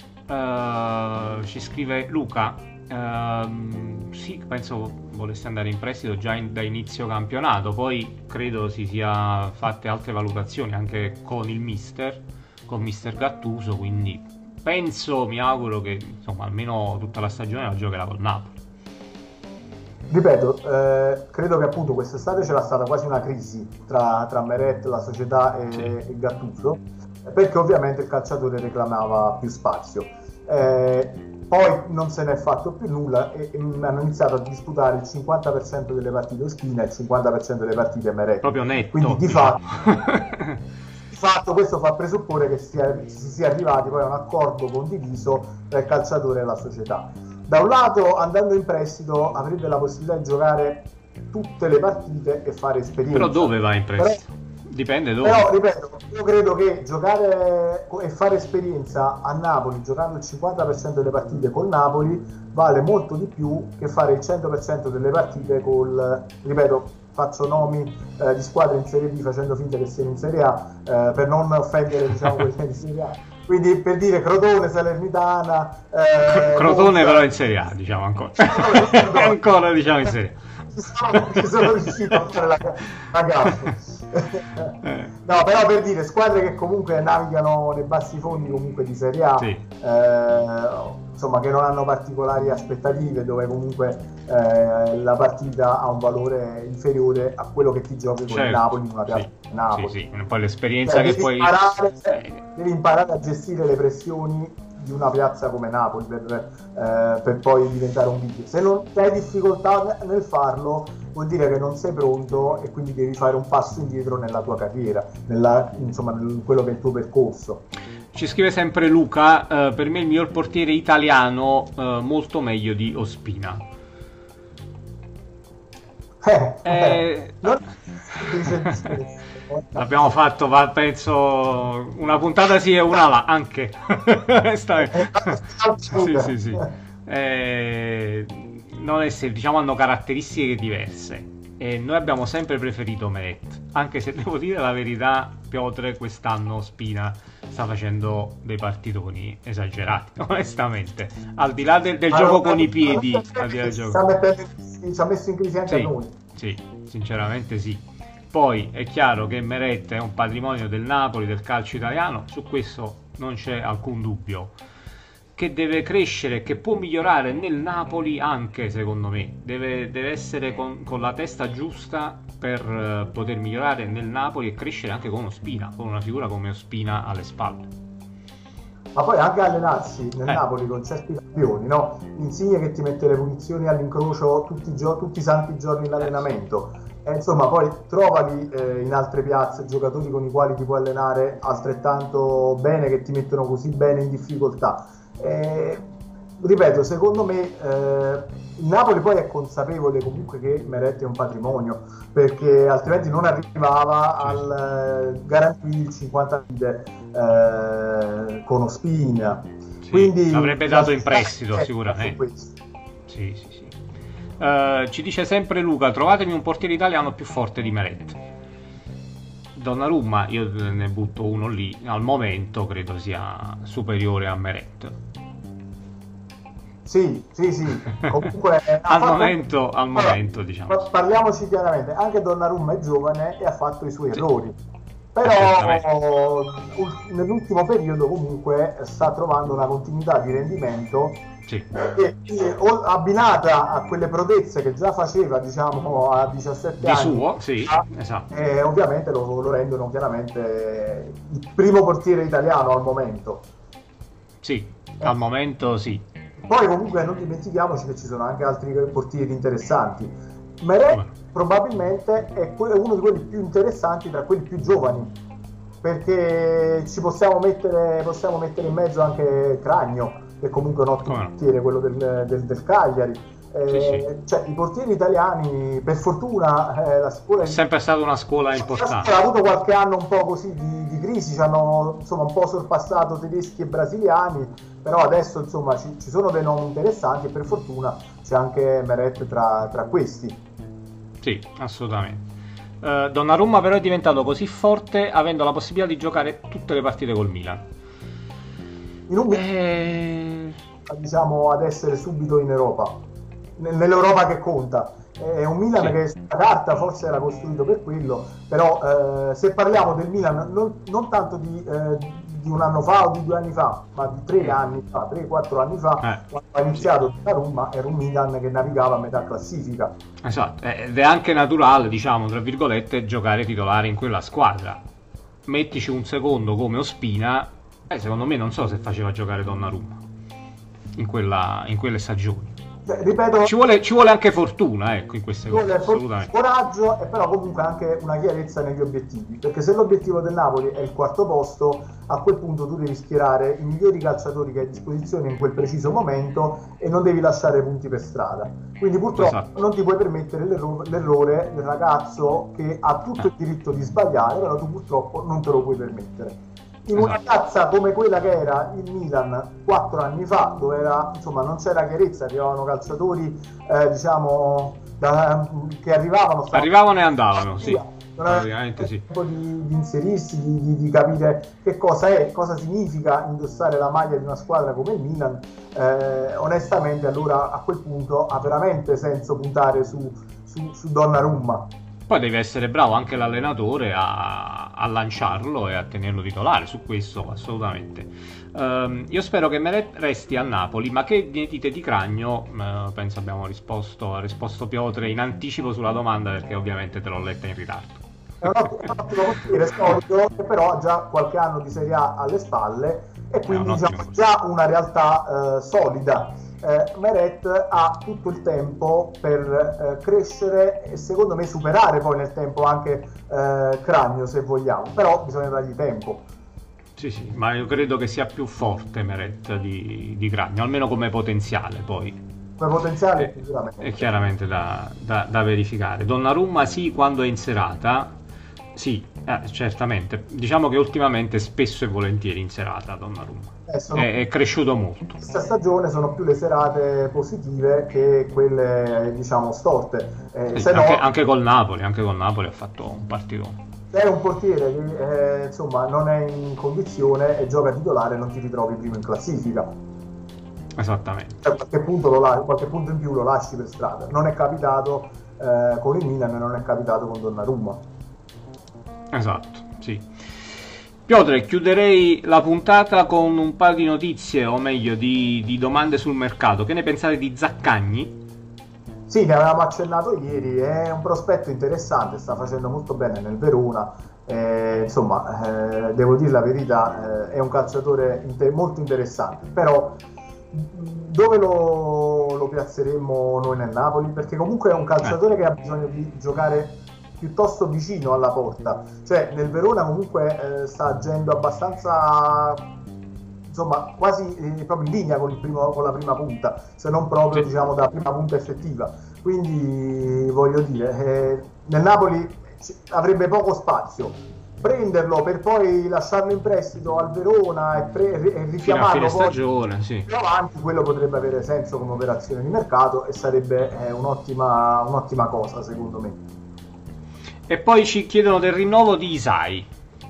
ci scrive Luca. Sì, penso volesse andare in prestito già da inizio campionato, poi credo si sia fatte altre valutazioni anche con il con mister Gattuso, quindi mi auguro che insomma almeno tutta la stagione la giocherà col Napoli. Ripeto, credo che appunto quest'estate c'era stata quasi una crisi tra Meret, la società e Gattuso, perché ovviamente il calciatore reclamava più spazio. Poi non se ne è fatto più nulla e hanno iniziato a disputare il 50% delle partite Ospina e il 50% delle partite Meret. Proprio netto. Quindi di fatto questo fa presupporre che si sia arrivati poi a un accordo condiviso tra il calciatore e la società. Da un lato, andando in prestito, avrebbe la possibilità di giocare tutte le partite e fare esperienza. Però dove va in prestito? Dipende dove. Però, ripeto, io credo che giocare e fare esperienza a Napoli, giocando il 50% delle partite col Napoli, vale molto di più che fare il 100% delle partite ripeto, faccio nomi di squadre in Serie B facendo finta che siano in Serie A, per non offendere, diciamo, quelle di Serie A. Quindi per dire Crotone, Salernitana... Crotone però in Serie A, diciamo ancora. Ancora diciamo in Serie A. Ci sono riuscito a fare la gaffa. No, però per dire, squadre che comunque navigano nei bassi fondi comunque di Serie A, Sì. Insomma, che non hanno particolari aspettative, dove comunque la partita ha un valore inferiore a quello che ti giochi con il Napoli in una piazza di Napoli. Sì. Poi l'esperienza che poi... Devi imparare a gestire le pressioni di una piazza come Napoli per poi diventare un video. Se non hai difficoltà nel farlo, vuol dire che non sei pronto e quindi devi fare un passo indietro nella tua carriera, in quello che è il tuo percorso. Ci scrive sempre Luca, per me il miglior portiere italiano, molto meglio di Ospina. L'abbiamo fatto, penso, una puntata sì e una là anche. Sì. Non è semplice, diciamo, hanno caratteristiche diverse. E noi abbiamo sempre preferito Meret, anche se devo dire la verità, Piotr quest'anno Spina sta facendo dei partitoni esagerati, onestamente, al di là del gioco con i piedi, ci ha messo in crisi anche a noi. Sì, sinceramente sì. Poi è chiaro che Meret è un patrimonio del Napoli, del calcio italiano, su questo non c'è alcun dubbio, che deve crescere, che può migliorare nel Napoli anche, secondo me, deve essere con la testa giusta per poter migliorare nel Napoli e crescere anche con Ospina, con una figura come Ospina alle spalle. Ma poi anche allenarsi nel Napoli con certi campioni, no? Insigne che ti mette le punizioni all'incrocio tutti i santi giorni in allenamento. Insomma, poi trovali in altre piazze giocatori con i quali ti puoi allenare altrettanto bene, che ti mettono così bene in difficoltà. Ripeto, secondo me il Napoli poi è consapevole comunque che Meret è un patrimonio, perché altrimenti non arrivava al garantire il 50 con Ospina. Sì, quindi l'avrebbe dato in prestito sicuramente. Sì. Ci dice sempre Luca, trovatemi un portiere italiano più forte di Meret. Donnarumma, io ne butto uno lì, al momento credo sia superiore a Meret. Sì. Comunque al momento diciamo. Parliamoci chiaramente, anche Donnarumma è giovane e ha fatto i suoi errori. Però nell'ultimo periodo comunque sta trovando una continuità di rendimento che abbinata a quelle prodezze che già faceva, diciamo, a 17 anni di suo, sì, esatto. Ovviamente lo rendono chiaramente il primo portiere italiano al momento. Sì, al momento sì. Poi comunque non dimentichiamoci che ci sono anche altri portieri interessanti. Meret probabilmente è uno di quelli più interessanti tra quelli più giovani, perché ci possiamo mettere in mezzo anche Cragno, che comunque è un ottimo portiere, quello del Cagliari. Cioè, i portieri italiani, per fortuna, la scuola è sempre stata una scuola importante. Ha avuto qualche anno un po' così di crisi, ci hanno insomma un po' sorpassato tedeschi e brasiliani, però adesso insomma ci sono dei nomi interessanti e per fortuna c'è anche Meret tra questi. Sì, assolutamente. Donnarumma però è diventato così forte avendo la possibilità di giocare tutte le partite col Milan. In un diciamo ad essere subito in Europa, nell'Europa che conta. È un Milan che sulla carta forse era costruito per quello, però se parliamo del Milan non tanto di un anno fa o di 2 anni fa, ma di 3 anni fa, 3-4 anni fa, quando ha iniziato Donnarumma, era un Milan che navigava a metà classifica. Esatto, ed è anche naturale, diciamo, tra virgolette, giocare titolare in quella squadra. Mettici un secondo come Ospina, secondo me non so se faceva giocare Donnarumma in quelle stagioni. Ripeto, ci vuole anche fortuna, ecco, in queste cose, assolutamente. Coraggio e però comunque anche una chiarezza negli obiettivi, perché se l'obiettivo del Napoli è il 4º posto, a quel punto tu devi schierare i migliori calciatori che hai a disposizione in quel preciso momento e non devi lasciare punti per strada. Quindi purtroppo non ti puoi permettere l'errore del ragazzo che ha tutto il diritto di sbagliare, però tu purtroppo non te lo puoi permettere. In una piazza come quella che era il Milan 4 anni fa, dove non c'era chiarezza, arrivavano calciatori che arrivavano e andavano, sì. Non aveva tempo di inserirsi, di capire che cosa è, cosa significa indossare la maglia di una squadra come il Milan. Onestamente allora a quel punto ha veramente senso puntare su Donnarumma. Poi deve essere bravo anche l'allenatore a lanciarlo e a tenerlo titolare, su questo assolutamente. Io spero che Meret resti a Napoli, ma che ne dite di Cragno? Penso ha risposto Piotre in anticipo sulla domanda, perché ovviamente te l'ho letta in ritardo. È un ottimo portiere storico che però ha già qualche anno di Serie A alle spalle e quindi diciamo già una realtà solida. Meret ha tutto il tempo per crescere e secondo me superare poi nel tempo anche Cragno, se vogliamo, però bisogna dargli tempo. Sì, ma io credo che sia più forte Meret di Cragno, almeno come potenziale poi. Come potenziale sicuramente. È chiaramente da verificare. Donnarumma sì, quando è in serata, sì, certamente. Diciamo che ultimamente spesso e volentieri in serata Donnarumma. È cresciuto molto. Questa stagione sono più le serate positive che quelle, diciamo, storte. Sì, anche col Napoli ha fatto un partitone. Se è un portiere che insomma non è in condizione e gioca titolare, non ti ritrovi primo in classifica. Esattamente. Qualche punto in più lo lasci per strada. Non è capitato con il Milan e non è capitato con Donnarumma. Esatto, sì. Piotre, chiuderei la puntata con un paio di notizie, o meglio di domande sul mercato. Che ne pensate di Zaccagni? Sì, ne avevamo accennato ieri, è un prospetto interessante, sta facendo molto bene nel Verona, insomma, devo dire la verità, è un calciatore molto interessante, però dove lo piazzeremmo noi nel Napoli? Perché comunque è un calciatore che ha bisogno di giocare piuttosto vicino alla porta, cioè nel Verona comunque sta agendo abbastanza, insomma, quasi proprio in linea con la prima punta, se non proprio diciamo da prima punta effettiva. Quindi voglio dire, nel Napoli avrebbe poco spazio. Prenderlo per poi lasciarlo in prestito al Verona e richiamarlo fine stagione, sì. più avanti, quello potrebbe avere senso come operazione di mercato e sarebbe un'ottima cosa, secondo me. E poi ci chiedono del rinnovo di Isai.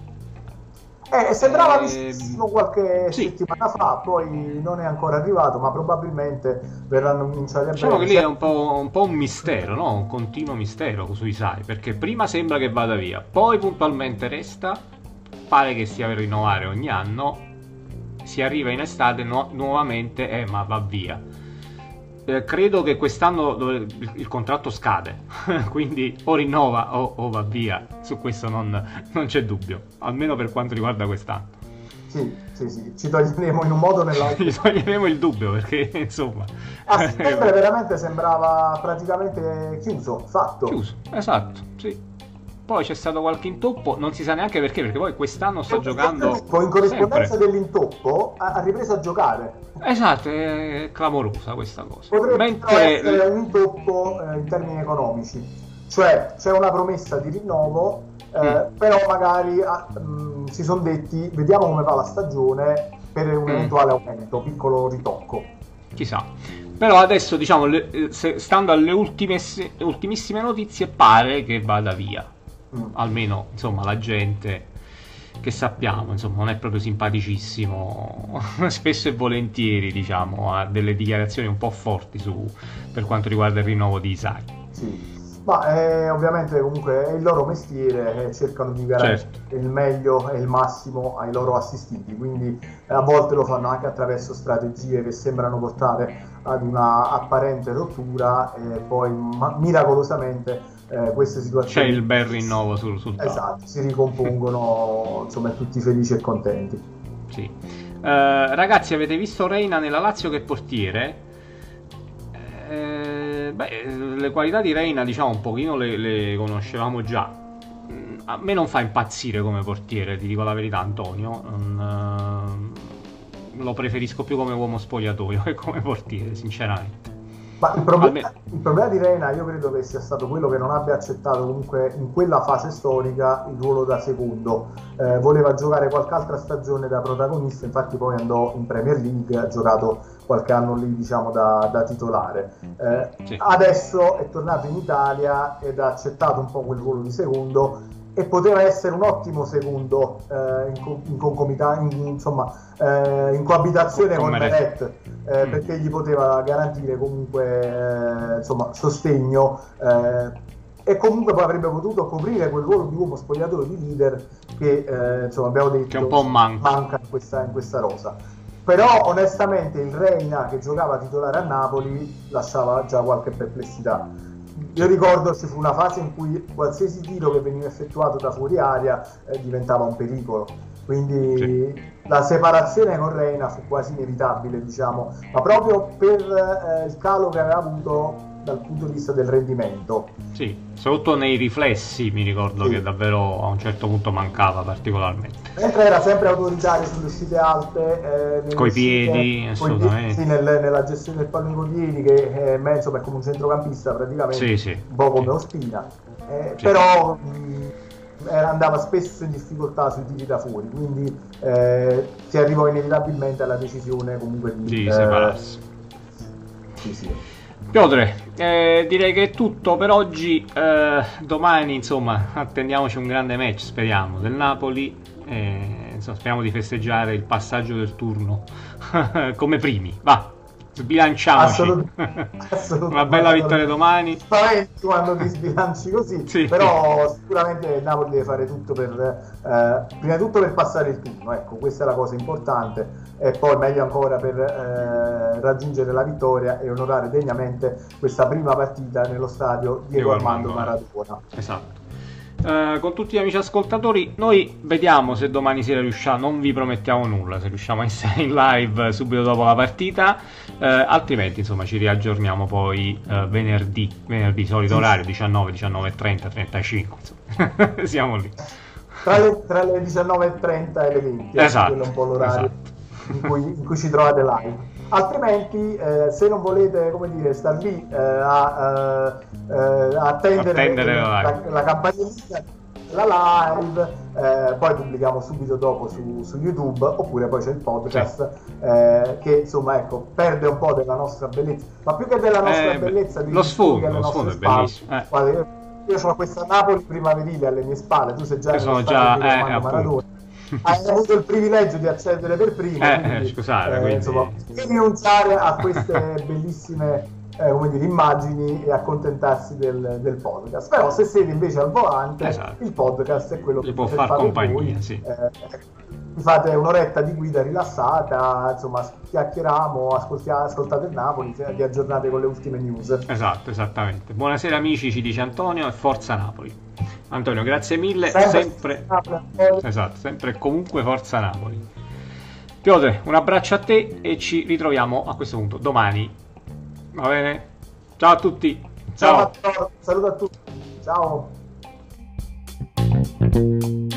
Sembrava vicino qualche settimana fa, poi non è ancora arrivato, ma probabilmente verranno annunciati a breve. Diciamo che lì è un po' un mistero, no? Un continuo mistero su Isai, perché prima sembra che vada via, poi puntualmente resta, pare che stia per rinnovare ogni anno, si arriva in estate nuovamente, ma va via. Credo che quest'anno il contratto scade, quindi o rinnova o va via, su questo non c'è dubbio, almeno per quanto riguarda quest'anno. Sì, ci toglieremo in un modo o nell'altro. Ci toglieremo il dubbio, perché insomma... A settembre veramente sembrava praticamente fatto. Chiuso, esatto, sì. Poi c'è stato qualche intoppo, non si sa neanche perché poi quest'anno sta giocando in corrispondenza dell'intoppo ha ripreso a giocare. Esatto, è clamorosa questa cosa. Potrebbe essere un intoppo in termini economici, cioè c'è una promessa di rinnovo, però magari si sono detti vediamo come va la stagione per un eventuale aumento, piccolo ritocco. Chissà. Però adesso diciamo, stando alle ultimissime notizie, pare che vada via. Almeno insomma la gente che sappiamo, insomma, non è proprio simpaticissimo spesso e volentieri, diciamo, ha delle dichiarazioni un po' forti per quanto riguarda il rinnovo di Isai. Sì, ma ovviamente comunque è il loro mestiere, cercano di garantire il meglio e il massimo ai loro assistiti, quindi a volte lo fanno anche attraverso strategie che sembrano portare ad una apparente rottura e poi miracolosamente queste situazioni c'è il bel rinnovo sul tavolo. Esatto, si ricompongono, insomma, tutti felici e contenti. Sì. Ragazzi, avete visto Reina nella Lazio che portiere? Le qualità di Reina, diciamo, un pochino le conoscevamo già. A me non fa impazzire come portiere, ti dico la verità, Antonio. Lo preferisco più come uomo spogliatoio che come portiere, sinceramente. Ma il problema di Reina io credo che sia stato quello che non abbia accettato comunque in quella fase storica il ruolo da secondo. Voleva giocare qualche altra stagione da protagonista, infatti poi andò in Premier League, ha giocato qualche anno lì, diciamo, da titolare. Adesso è tornato in Italia ed ha accettato un po' quel ruolo di secondo e poteva essere un ottimo secondo in coabitazione con Meret, perché gli poteva garantire comunque insomma sostegno e comunque poi avrebbe potuto coprire quel ruolo di uomo spogliatoio, di leader che insomma abbiamo detto che un po' manca in questa rosa. Però onestamente il Reina, che giocava titolare a Napoli, lasciava già qualche perplessità. Io ricordo ci fu una fase in cui qualsiasi tiro che veniva effettuato da fuori area diventava un pericolo, quindi la separazione con Reina fu quasi inevitabile, diciamo, ma proprio per il calo che aveva avuto dal punto di vista del rendimento. Sì, soprattutto nei riflessi mi ricordo che davvero a un certo punto mancava particolarmente. Mentre era sempre autoritario sulle uscite alte, coi piedi, assolutamente. Sì, nella gestione del pallone coi piedi, che insomma è come un centrocampista praticamente, un po' come Ospina, però andava spesso in difficoltà sui tiri da fuori, quindi si arrivò inevitabilmente alla decisione comunque di separarsi. Sì. Piotre, direi che è tutto per oggi. Domani insomma attendiamoci un grande match, speriamo, del Napoli, insomma, speriamo di festeggiare il passaggio del turno come primi, va, sbilanciamoci. Assolutamente. Una bella vittoria domani. Spaventi quando ti sbilanci così, sì. Però sicuramente il Napoli deve fare tutto per prima di tutto per passare il turno, ecco, questa è la cosa importante, e poi meglio ancora per raggiungere la vittoria e onorare degnamente questa prima partita nello stadio Diego Armando Maradona. Esatto. Con tutti gli amici ascoltatori, noi vediamo se domani sera riusciamo, non vi promettiamo nulla, se riusciamo a essere in live subito dopo la partita, altrimenti insomma ci riaggiorniamo poi venerdì solito orario 19, 19:30, 35, insomma. Siamo lì tra le 19:30 e le 20, esatto, quello è un po' l'orario in cui ci trovate live. Altrimenti se non volete, come dire, star lì a attendere la campanellina, la live, poi pubblichiamo subito dopo su YouTube, oppure poi c'è il podcast, che insomma ecco perde un po' della nostra bellezza, ma più che della nostra bellezza lo sfondo è bellissimo. Guarda, io ho questa Napoli primaverile alle mie spalle, tu sei già Maradona. Hai avuto il privilegio di accedere per primo, scusate, quindi insomma, e rinunciare a queste bellissime come dire, immagini e accontentarsi del podcast. Però se siete invece al volante, il podcast è quello che può far compagnia, voi. Sì. Vi fate un'oretta di guida rilassata, insomma, chiacchieriamo, ascoltate il Napoli, vi aggiornate con le ultime news. Esatto, esattamente. Buonasera amici, ci dice Antonio, e forza Napoli. Antonio, grazie mille, sempre e comunque forza Napoli. Piotre, un abbraccio a te e ci ritroviamo a questo punto domani, va bene? Ciao a tutti, ciao. Saluto a tutti, ciao.